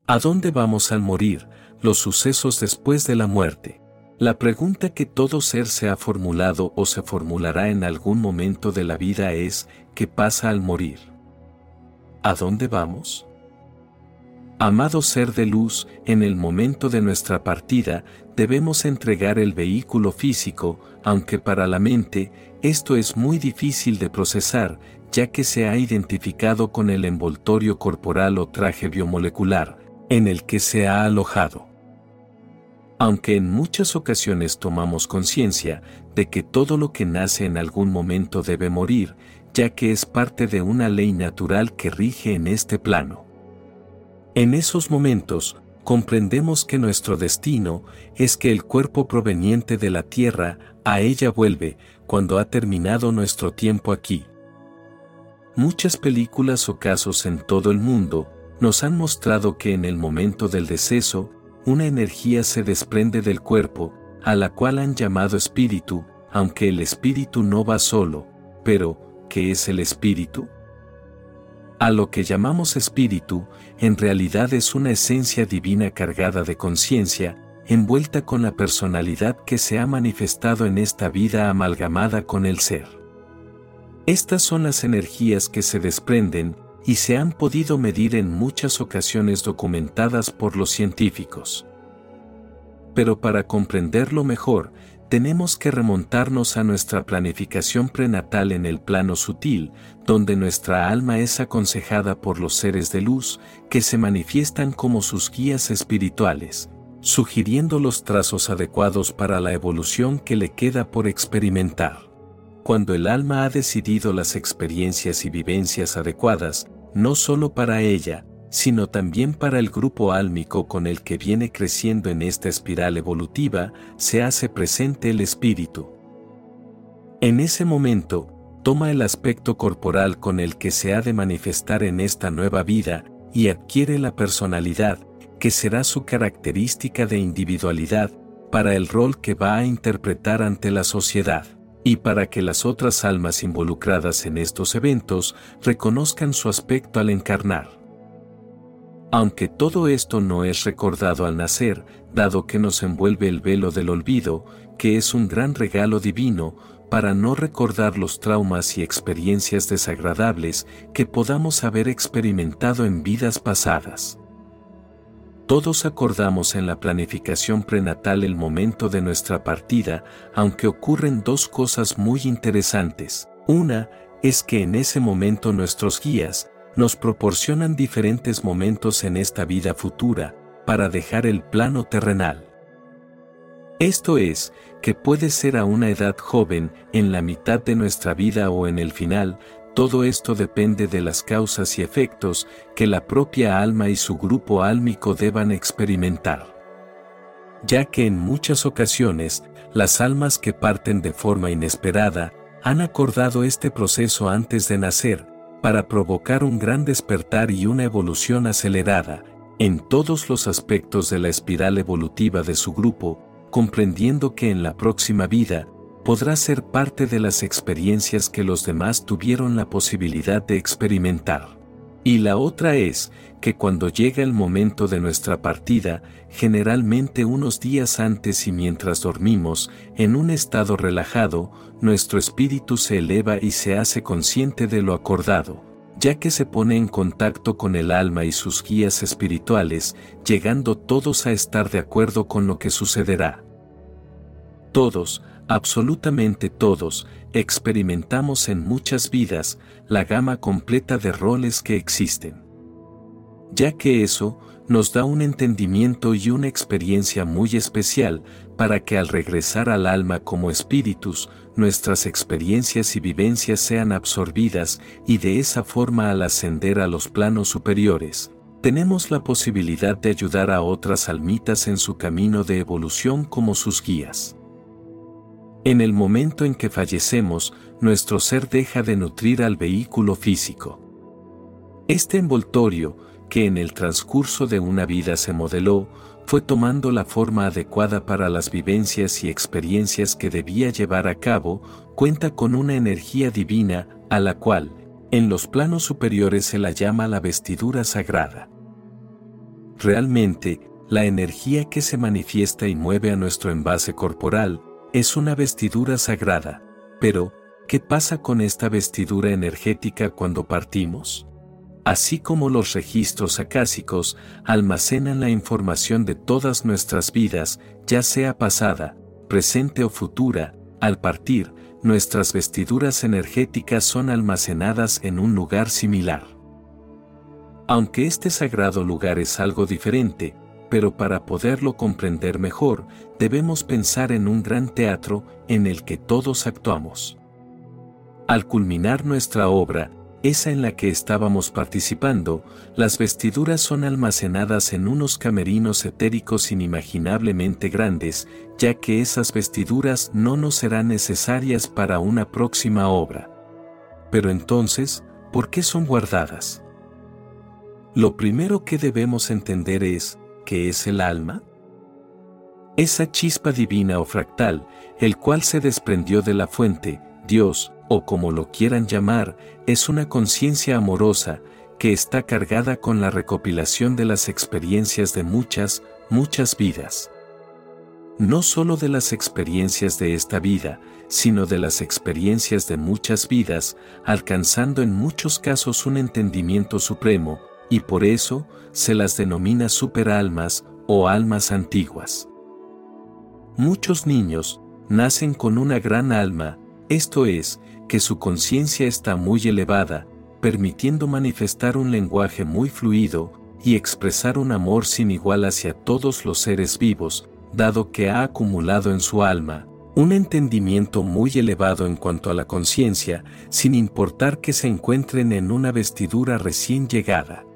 ¿A dónde vamos al morir? Los sucesos después de la muerte. La pregunta que todo ser se ha formulado o se formulará en algún momento de la vida es, ¿qué pasa al morir? ¿A dónde vamos? Amado ser de luz, en el momento de nuestra partida, debemos entregar el vehículo físico, aunque para la mente, esto es muy difícil de procesar, ya que se ha identificado con el envoltorio corporal o traje biomolecular, en el que se ha alojado. Aunque en muchas ocasiones tomamos conciencia de que todo lo que nace en algún momento debe morir, ya que es parte de una ley natural que rige en este plano. En esos momentos, comprendemos que nuestro destino es que el cuerpo proveniente de la tierra a ella vuelve cuando ha terminado nuestro tiempo aquí. Muchas películas o casos en todo el mundo nos han mostrado que en el momento del deceso, una energía se desprende del cuerpo, a la cual han llamado espíritu, aunque el espíritu no va solo. Pero, ¿qué es el espíritu? A lo que llamamos espíritu, en realidad es una esencia divina cargada de conciencia, envuelta con la personalidad que se ha manifestado en esta vida amalgamada con el ser. Estas son las energías que se desprenden y se han podido medir en muchas ocasiones documentadas por los científicos. Pero para comprenderlo mejor, tenemos que remontarnos a nuestra planificación prenatal en el plano sutil, donde nuestra alma es aconsejada por los seres de luz, que se manifiestan como sus guías espirituales, sugiriendo los trazos adecuados para la evolución que le queda por experimentar. Cuando el alma ha decidido las experiencias y vivencias adecuadas, no solo para ella, sino también para el grupo álmico con el que viene creciendo en esta espiral evolutiva, se hace presente el espíritu. En ese momento, toma el aspecto corporal con el que se ha de manifestar en esta nueva vida y adquiere la personalidad, que será su característica de individualidad, para el rol que va a interpretar ante la sociedad, y para que las otras almas involucradas en estos eventos reconozcan su aspecto al encarnar. Aunque todo esto no es recordado al nacer, dado que nos envuelve el velo del olvido, que es un gran regalo divino, para no recordar los traumas y experiencias desagradables que podamos haber experimentado en vidas pasadas. Todos acordamos en la planificación prenatal el momento de nuestra partida, aunque ocurren dos cosas muy interesantes. Una es que en ese momento nuestros guías nos proporcionan diferentes momentos en esta vida futura, para dejar el plano terrenal. Esto es, que puede ser a una edad joven, en la mitad de nuestra vida o en el final. Todo esto depende de las causas y efectos que la propia alma y su grupo álmico deban experimentar. Ya que en muchas ocasiones, las almas que parten de forma inesperada, han acordado este proceso antes de nacer, para provocar un gran despertar y una evolución acelerada, en todos los aspectos de la espiral evolutiva de su grupo, comprendiendo que en la próxima vida, podrá ser parte de las experiencias que los demás tuvieron la posibilidad de experimentar. Y la otra es, que cuando llega el momento de nuestra partida, generalmente unos días antes y mientras dormimos, en un estado relajado, nuestro espíritu se eleva y se hace consciente de lo acordado, ya que se pone en contacto con el alma y sus guías espirituales, llegando todos a estar de acuerdo con lo que sucederá. Todos, absolutamente todos, experimentamos en muchas vidas la gama completa de roles que existen. Ya que eso nos da un entendimiento y una experiencia muy especial para que al regresar al alma como espíritus, nuestras experiencias y vivencias sean absorbidas y de esa forma al ascender a los planos superiores, tenemos la posibilidad de ayudar a otras almitas en su camino de evolución como sus guías. En el momento en que fallecemos, nuestro ser deja de nutrir al vehículo físico. Este envoltorio, que en el transcurso de una vida se modeló, fue tomando la forma adecuada para las vivencias y experiencias que debía llevar a cabo, cuenta con una energía divina, a la cual, en los planos superiores se la llama la vestidura sagrada. Realmente, la energía que se manifiesta y mueve a nuestro envase corporal es una vestidura sagrada. Pero, ¿qué pasa con esta vestidura energética cuando partimos? Así como los registros acásicos almacenan la información de todas nuestras vidas, ya sea pasada, presente o futura, al partir, nuestras vestiduras energéticas son almacenadas en un lugar similar. Aunque este sagrado lugar es algo diferente, pero para poderlo comprender mejor, debemos pensar en un gran teatro en el que todos actuamos. Al culminar nuestra obra, esa en la que estábamos participando, las vestiduras son almacenadas en unos camerinos etéricos inimaginablemente grandes, ya que esas vestiduras no nos serán necesarias para una próxima obra. Pero entonces, ¿por qué son guardadas? Lo primero que debemos entender es, ¿qué es el alma? Esa chispa divina o fractal, el cual se desprendió de la fuente, Dios, o como lo quieran llamar, es una conciencia amorosa, que está cargada con la recopilación de las experiencias de muchas vidas. No solo de las experiencias de esta vida, sino de las experiencias de muchas vidas, alcanzando en muchos casos un entendimiento supremo, y por eso se las denomina superalmas o almas antiguas. Muchos niños nacen con una gran alma, esto es, que su conciencia está muy elevada, permitiendo manifestar un lenguaje muy fluido y expresar un amor sin igual hacia todos los seres vivos, dado que ha acumulado en su alma un entendimiento muy elevado en cuanto a la conciencia, sin importar que se encuentren en una vestidura recién llegada.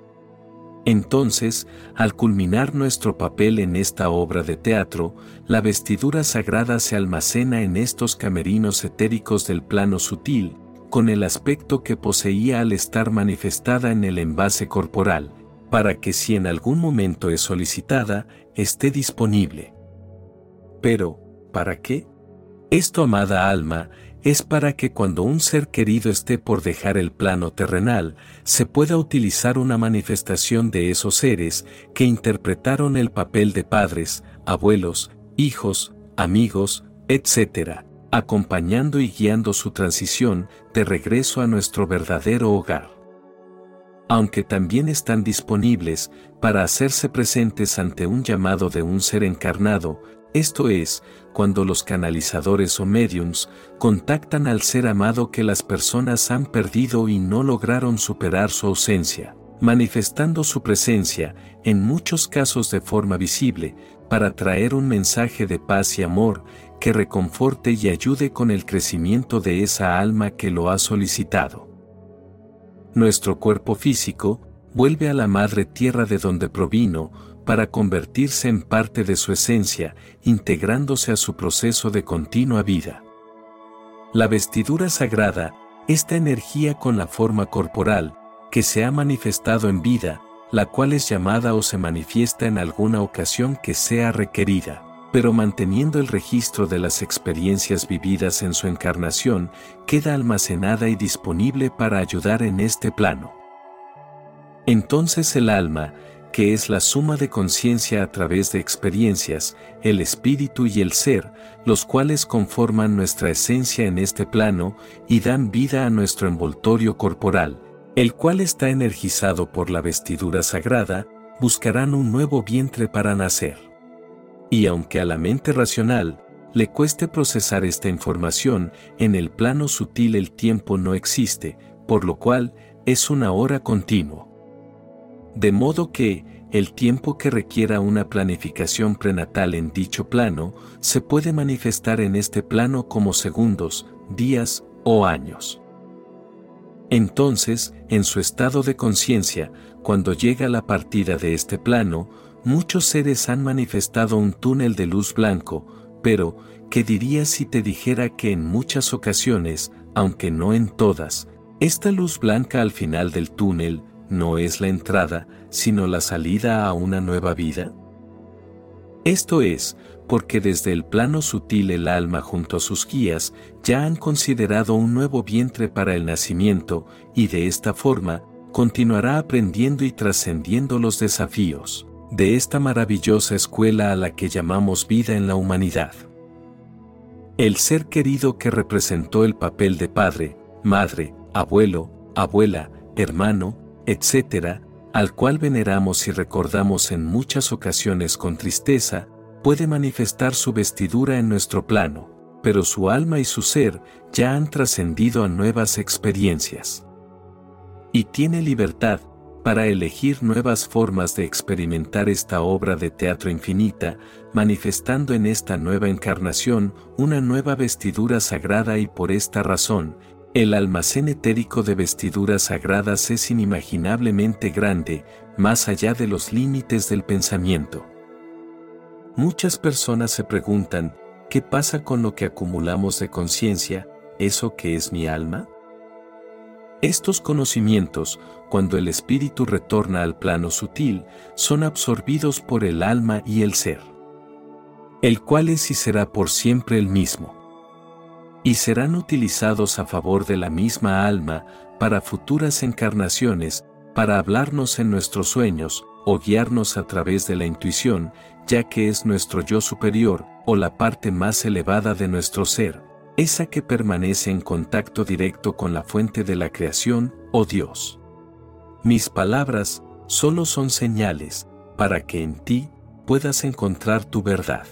Entonces, al culminar nuestro papel en esta obra de teatro, la vestidura sagrada se almacena en estos camerinos etéricos del plano sutil, con el aspecto que poseía al estar manifestada en el envase corporal, para que si en algún momento es solicitada, esté disponible. Pero, ¿para qué? Esto, amada alma, es para que cuando un ser querido esté por dejar el plano terrenal, se pueda utilizar una manifestación de esos seres que interpretaron el papel de padres, abuelos, hijos, amigos, etc., acompañando y guiando su transición de regreso a nuestro verdadero hogar. Aunque también están disponibles para hacerse presentes ante un llamado de un ser encarnado, esto es, cuando los canalizadores o mediums contactan al ser amado que las personas han perdido y no lograron superar su ausencia, manifestando su presencia, en muchos casos de forma visible, para traer un mensaje de paz y amor que reconforte y ayude con el crecimiento de esa alma que lo ha solicitado. Nuestro cuerpo físico vuelve a la madre tierra de donde provino, para convertirse en parte de su esencia, integrándose a su proceso de continua vida. La vestidura sagrada, esta energía con la forma corporal, que se ha manifestado en vida, la cual es llamada o se manifiesta en alguna ocasión que sea requerida, pero manteniendo el registro de las experiencias vividas en su encarnación, queda almacenada y disponible para ayudar en este plano. Entonces el alma, que es la suma de conciencia a través de experiencias, el espíritu y el ser, los cuales conforman nuestra esencia en este plano y dan vida a nuestro envoltorio corporal, el cual está energizado por la vestidura sagrada, buscarán un nuevo vientre para nacer. Y aunque a la mente racional le cueste procesar esta información, en el plano sutil el tiempo no existe, por lo cual es una hora continua. De modo que, el tiempo que requiera una planificación prenatal en dicho plano, se puede manifestar en este plano como segundos, días o años. Entonces, en su estado de conciencia, cuando llega la partida de este plano, muchos seres han manifestado un túnel de luz blanco, pero, ¿qué dirías si te dijera que en muchas ocasiones, aunque no en todas, esta luz blanca al final del túnel, no es la entrada, sino la salida a una nueva vida? Esto es, porque desde el plano sutil el alma junto a sus guías ya han considerado un nuevo vientre para el nacimiento, y de esta forma, continuará aprendiendo y trascendiendo los desafíos de esta maravillosa escuela a la que llamamos vida en la humanidad. El ser querido que representó el papel de padre, madre, abuelo, abuela, hermano, etc., al cual veneramos y recordamos en muchas ocasiones con tristeza, puede manifestar su vestidura en nuestro plano, pero su alma y su ser ya han trascendido a nuevas experiencias. Y tiene libertad para elegir nuevas formas de experimentar esta obra de teatro infinita, manifestando en esta nueva encarnación una nueva vestidura sagrada, y por esta razón, el almacén etérico de vestiduras sagradas es inimaginablemente grande, más allá de los límites del pensamiento. Muchas personas se preguntan, ¿qué pasa con lo que acumulamos de conciencia, eso que es mi alma? Estos conocimientos, cuando el espíritu retorna al plano sutil, son absorbidos por el alma y el ser, el cual es y será por siempre el mismo, y serán utilizados a favor de la misma alma para futuras encarnaciones, para hablarnos en nuestros sueños o guiarnos a través de la intuición, ya que es nuestro yo superior o la parte más elevada de nuestro ser, esa que permanece en contacto directo con la fuente de la creación, o Dios. Mis palabras solo son señales para que en ti puedas encontrar tu verdad.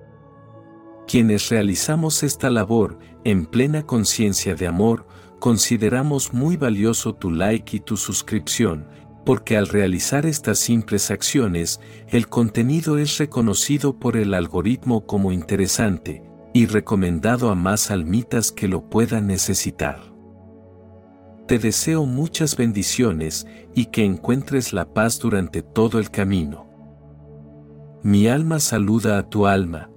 Quienes realizamos esta labor en plena conciencia de amor, consideramos muy valioso tu like y tu suscripción, porque al realizar estas simples acciones, el contenido es reconocido por el algoritmo como interesante y recomendado a más almitas que lo puedan necesitar. Te deseo muchas bendiciones y que encuentres la paz durante todo el camino. Mi alma saluda a tu alma,